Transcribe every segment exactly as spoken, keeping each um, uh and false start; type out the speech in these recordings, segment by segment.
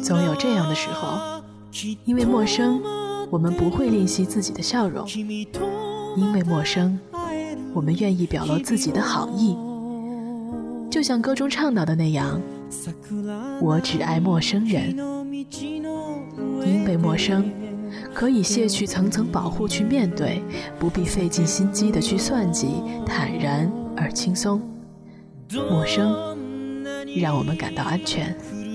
总有这样的时候，因为陌生，我们不会吝惜自己的笑容，因为陌生，我们愿意表露自己的好意。就像歌中唱到的那样，我只爱陌生人。因为陌生，可以卸去层层保护去面对，不必费尽心机的去算计，坦然而轻松。陌生让我们感到安全。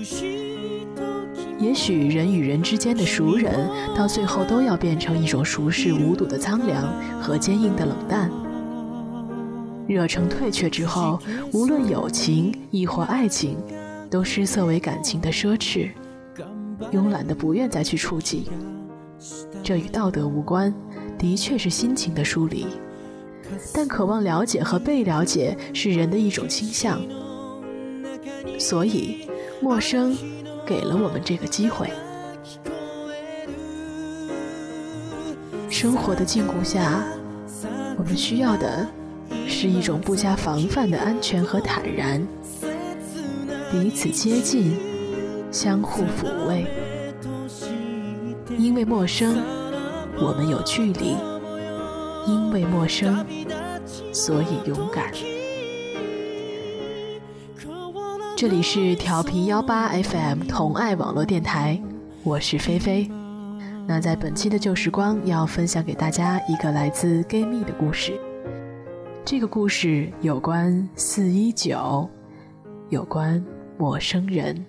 也许人与人之间的熟人，到最后都要变成一种熟视无睹的苍凉和坚硬的冷淡。热诚退却之后，无论友情亦或爱情，都失色为感情的奢侈，慵懒的不愿再去触及。这与道德无关，的确是心情的疏离，但渴望了解和被了解是人的一种倾向，所以陌生给了我们这个机会。生活的禁锢下，我们需要的是一种不加防范的安全和坦然，彼此接近，相互抚慰。因为陌生，我们有距离；因为陌生，所以勇敢。这里是调频幺八 F M 同爱网络电台，我是菲菲。那在本期的旧时光，要分享给大家一个来自 Gay Me 的故事。这个故事有关四一九，有关陌生人。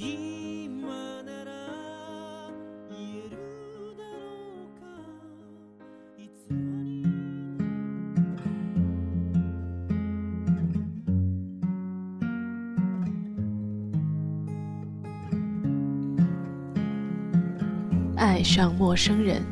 爱上陌生人。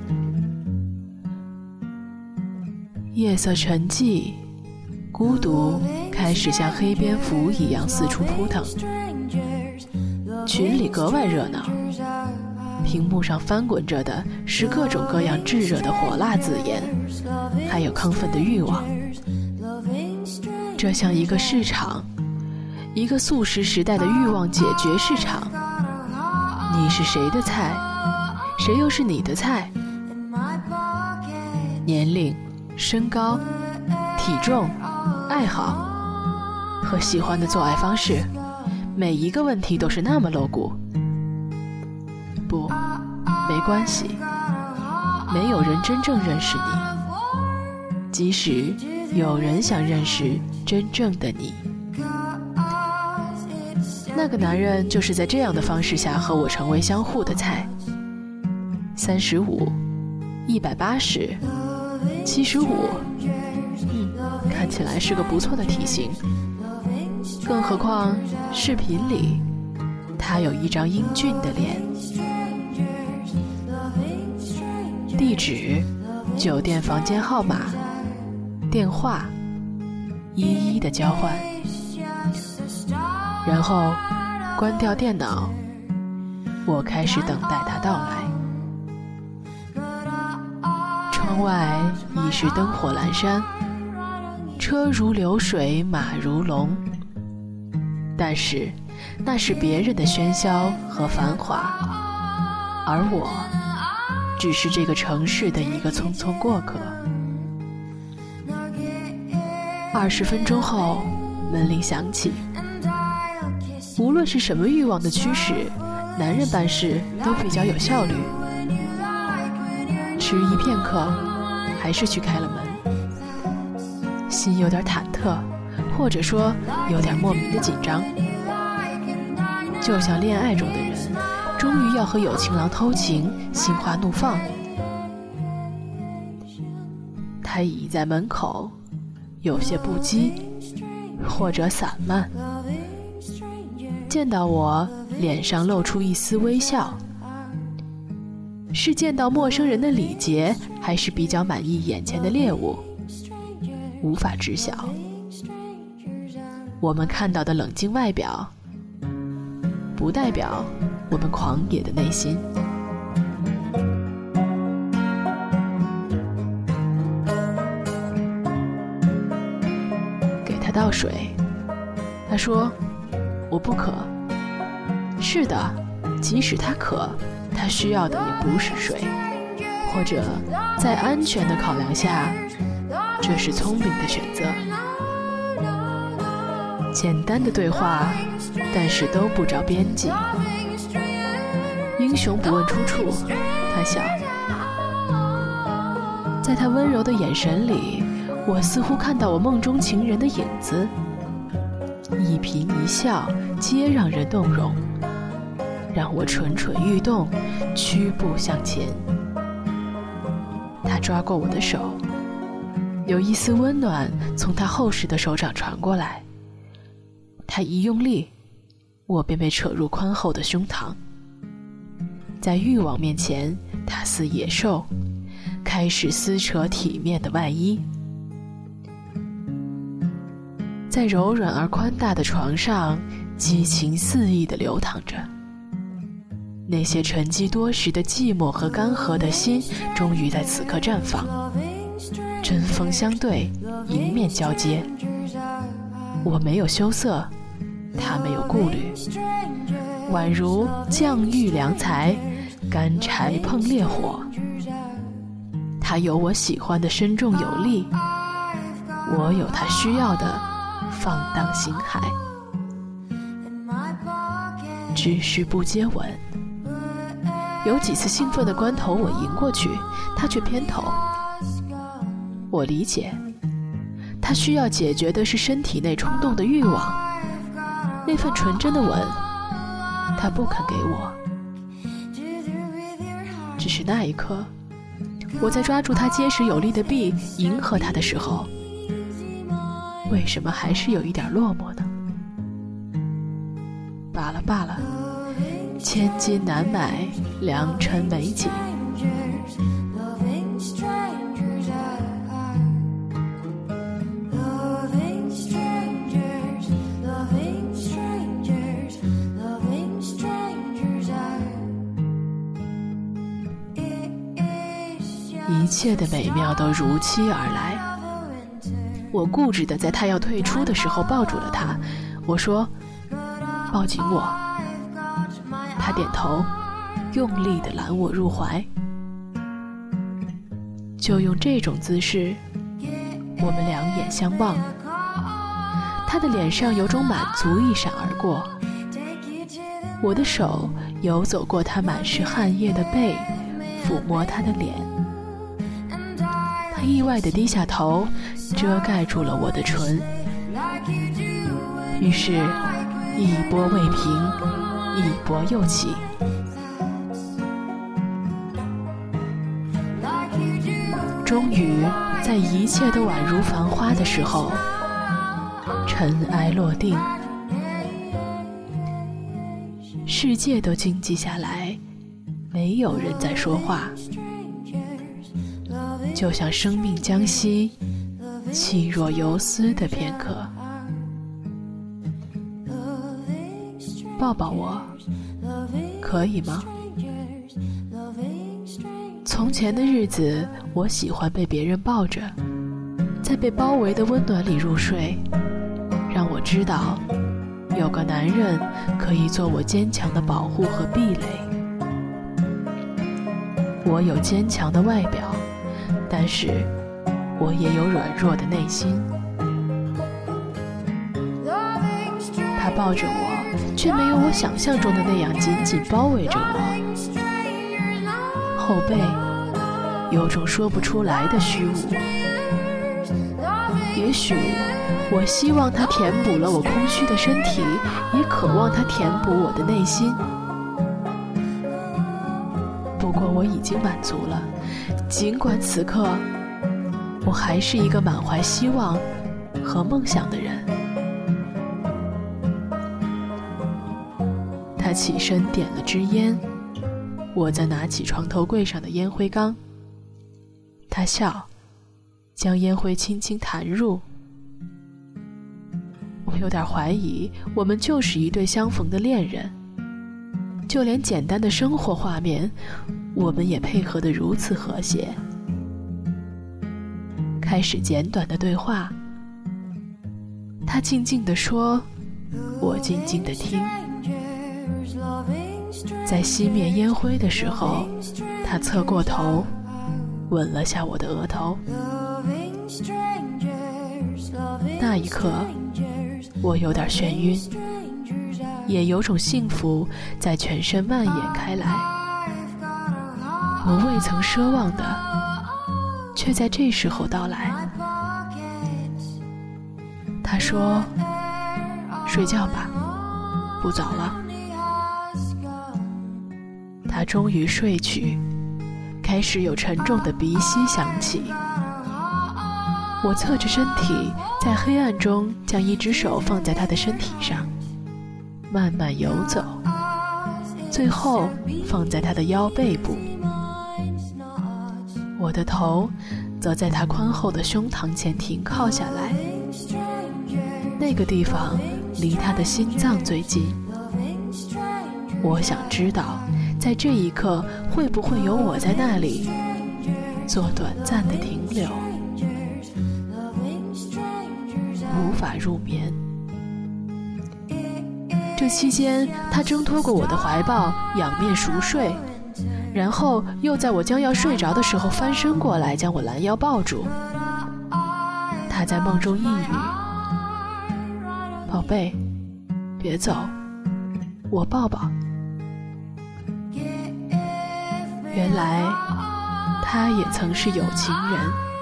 夜色沉寂，孤独开始像黑蝙蝠一样四处扑腾，群里格外热闹，屏幕上翻滚着的是各种各样炙热的火辣字眼，还有亢奋的欲望。这像一个市场，一个速食时代的欲望解决市场。你是谁的菜，谁又是你的菜？年龄、身高、体重、爱好和喜欢的做爱方式，每一个问题都是那么露骨。不，没关系，没有人真正认识你，即使有人想认识真正的你。那个男人就是在这样的方式下和我成为相互的菜。三十五，一百八十，七十五，嗯，看起来是个不错的体型。更何况视频里，他有一张英俊的脸。地址、酒店房间号码、电话，一一的交换。然后关掉电脑，我开始等待他到来。窗外已是灯火阑珊，车如流水，马如龙。但是那是别人的喧嚣和繁华，而我只是这个城市的一个匆匆过客。二十分钟后，门铃响起。无论是什么欲望的驱使，男人办事都比较有效率。迟疑片刻，还是去开了门，心有点忐忑，或者说有点莫名的紧张，就像恋爱中的人终于要和有情郎偷情，心花怒放。他倚在门口，有些不羁，或者散漫。见到我，脸上露出一丝微笑。是见到陌生人的礼节，还是比较满意眼前的猎物，无法知晓。我们看到的冷静外表，不代表我们狂野的内心。给他倒水，他说我不渴。是的， 即使他渴，他需要的也不是水，或者在安全的考量下，这是聪明的选择。简单的对话，但是都不着边际。英雄不问出处，他笑。在他温柔的眼神里，我似乎看到我梦中情人的影子，一颦一笑皆让人动容，让我蠢蠢欲动，屈步向前。他抓过我的手，有一丝温暖从他厚实的手掌传过来。他一用力，我便被扯入宽厚的胸膛。在欲望面前，他似野兽，开始撕扯体面的外衣。在柔软而宽大的床上，激情肆意地流淌着。那些沉积多时的寂寞和干涸的心，终于在此刻绽放。针锋相对，迎面交接。我没有羞涩，他没有顾虑，宛如酱遇良材，干柴碰烈火。他有我喜欢的深重有力，我有他需要的放荡形骸。只是不接吻。有几次兴奋的关头，我迎过去，他却偏头。我理解，他需要解决的是身体内冲动的欲望，那份纯真的吻，他不肯给我。只是那一刻，我在抓住他结实有力的臂，迎合他的时候，为什么还是有一点落寞呢？罢了罢了，千金难买良辰美景。一切的美妙都如期而来。我固执地在他要退出的时候抱住了他，我说：“抱紧我。”他点头，用力地揽我入怀。就用这种姿势，我们两眼相望，他的脸上有种满足一闪而过。我的手游走过他满是汗液的背，抚摸他的脸。他意外地低下头，遮盖住了我的唇。于是一波未平，一波又起。终于在一切都宛如繁花的时候，尘埃落定，世界都静寂下来，没有人在说话，就像生命将息，气若游丝的片刻。抱抱我，可以吗？从前的日子，我喜欢被别人抱着，在被包围的温暖里入睡，让我知道，有个男人可以做我坚强的保护和壁垒。我有坚强的外表，但是我也有软弱的内心。他抱着我，却没有我想象中的那样紧紧包围着我。后背有种说不出来的虚无。也许我希望他填补了我空虚的身体，也渴望他填补我的内心。不过我已经满足了，尽管此刻我还是一个满怀希望和梦想的人。他起身点了支烟，我再拿起床头柜上的烟灰缸。他笑，将烟灰轻轻弹入。我有点怀疑，我们就是一对相逢的恋人。就连简单的生活画面，我们也配合得如此和谐。开始简短的对话，他静静地说，我静静地听。 在熄灭烟灰的时候，他侧过头吻了下我的额头。那一刻我有点眩晕，也有种幸福在全身蔓延开来。我未曾奢望的却在这时候到来。他说，睡觉吧，不早了。他终于睡去，开始有沉重的鼻息响起。我侧着身体，在黑暗中将一只手放在他的身体上，慢慢游走，最后放在他的腰背部。我的头则在他宽厚的胸膛前停靠下来，那个地方离他的心脏最近。我想知道，在这一刻会不会有我在那里做短暂的停留。无法入眠。这期间，他挣脱过我的怀抱，仰面熟睡，然后又在我将要睡着的时候翻身过来，将我拦腰抱住。他在梦中呓语：“宝贝，别走，我抱抱。”原来他也曾是有情人。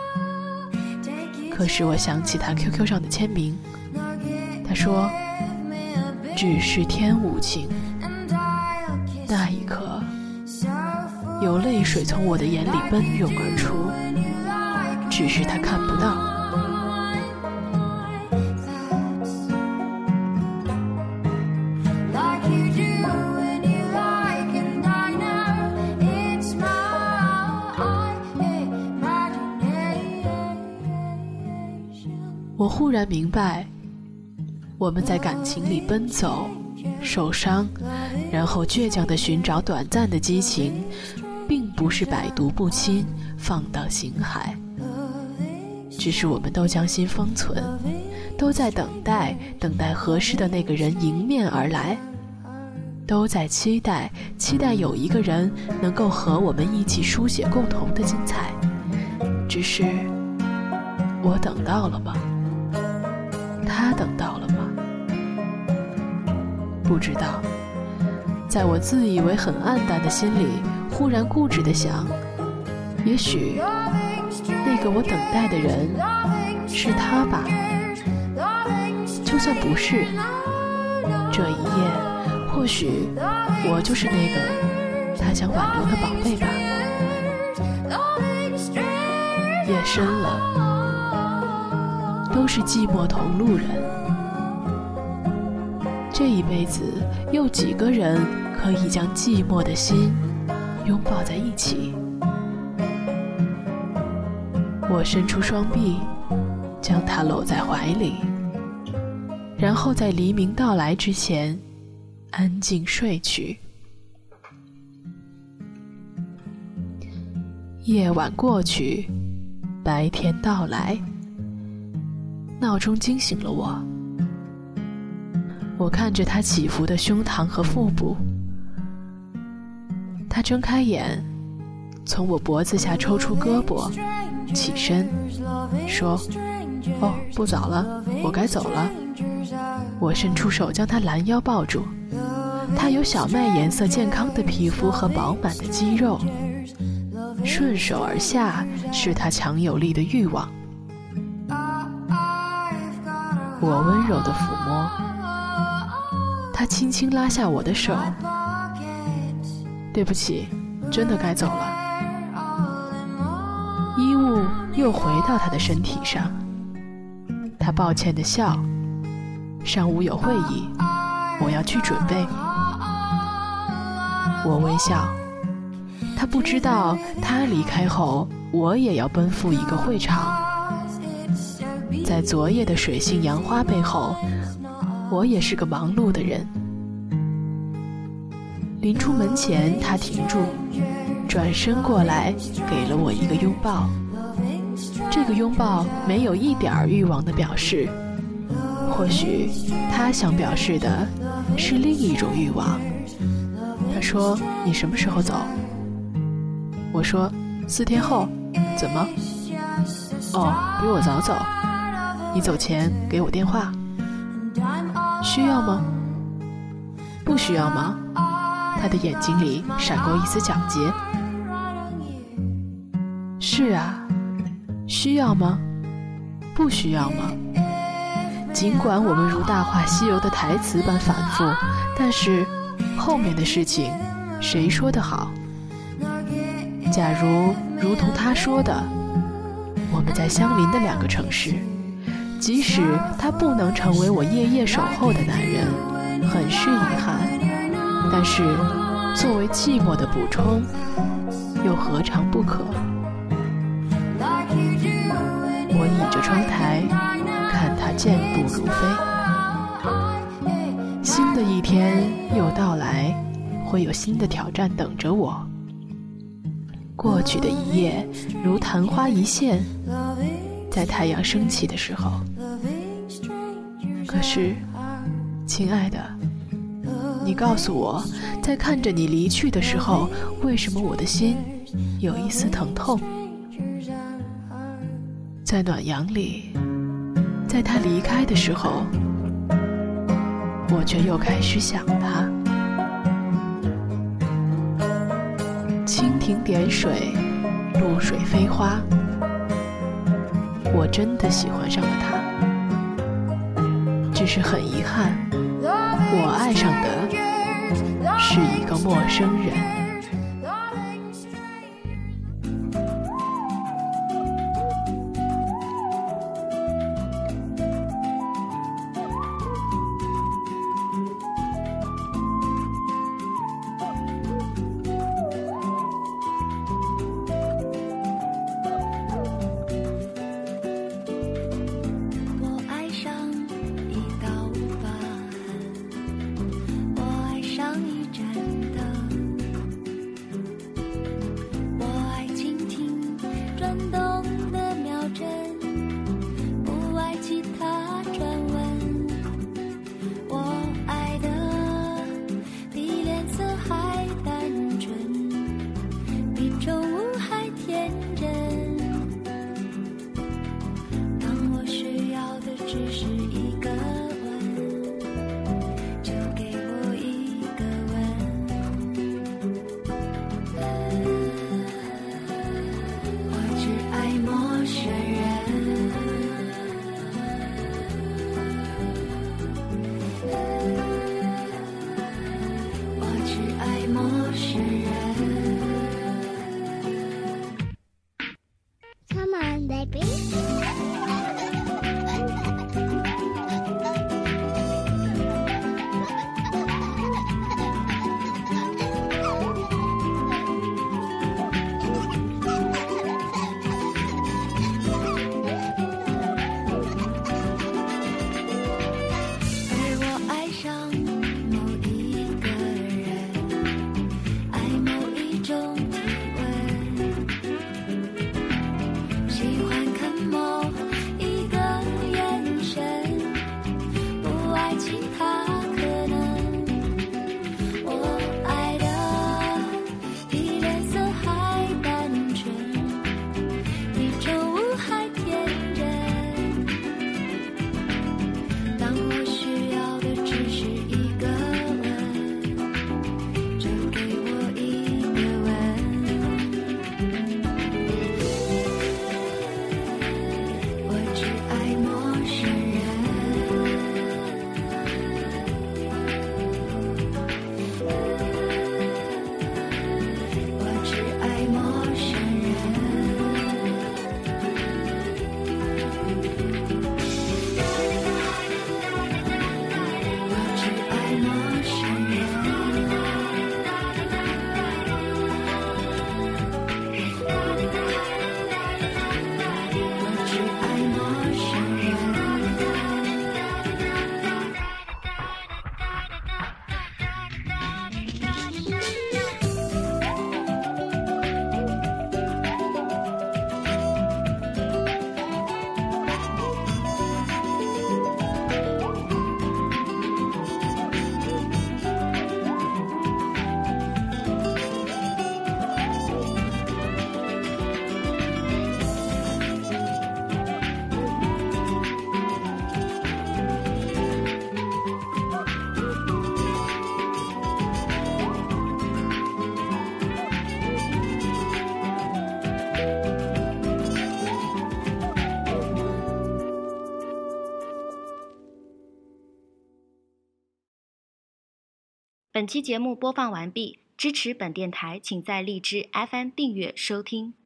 可是我想起他 Q Q 上的签名，他说只是天无情。那一刻有泪水从我的眼里奔涌而出，只是他看不到。我忽然明白，我们在感情里奔走、受伤，然后倔强地寻找短暂的激情，并不是百毒不侵、放荡形骸，只是我们都将心封存，都在等待，等待合适的那个人迎面而来，都在期待，期待有一个人能够和我们一起书写共同的精彩。只是，我等到了吗？他等到了吗？不知道。在我自以为很黯淡的心里，忽然固执地想，也许那个我等待的人是他吧。就算不是，这一夜或许我就是那个他想挽留的宝贝吧。夜深了，都是寂寞同路人。这一辈子，又几个人可以将寂寞的心拥抱在一起？我伸出双臂，将他搂在怀里，然后在黎明到来之前，安静睡去。夜晚过去，白天到来。闹钟惊醒了我，我看着他起伏的胸膛和腹部。他睁开眼，从我脖子下抽出胳膊，起身说：“哦，不早了，我该走了。”我伸出手将他拦腰抱住。他有小麦颜色健康的皮肤和饱满的肌肉，顺手而下是他强有力的欲望。我温柔地抚摸，他轻轻拉下我的手。对不起，真的该走了。衣物又回到他的身体上，他抱歉地笑。上午有会议，我要去准备。我微笑，他不知道，他离开后，我也要奔赴一个会场。在昨夜的水性杨花背后，我也是个忙碌的人。临出门前，他停住，转身过来，给了我一个拥抱。这个拥抱没有一点欲望的表示，或许他想表示的是另一种欲望， 他说你什么时候走？我说四天后。怎么？哦，比我早走。你走前给我电话。需要吗？不需要吗？他的眼睛里闪过一丝皎洁。是啊，需要吗？不需要吗？尽管我们如《大话西游》的台词般反复，但是后面的事情谁说得好？假如如同他说的，我们在相邻的两个城市，即使他不能成为我夜夜守候的男人，很是遗憾，但是作为寂寞的补充，又何尝不可？我倚着窗台，看他健步如飞。新的一天又到来，会有新的挑战等着我。过去的一夜如昙花一现，在太阳升起的时候。可是，亲爱的，你告诉我，在看着你离去的时候，为什么我的心有一丝疼痛？在暖阳里，在他离开的时候，我却又开始想他。蜻蜓点水，露水飞花，我真的喜欢上了他。只是很遗憾，我爱上的是一个陌生人。 本期节目播放完毕，支持本电台，请在荔枝 F M 订阅收听。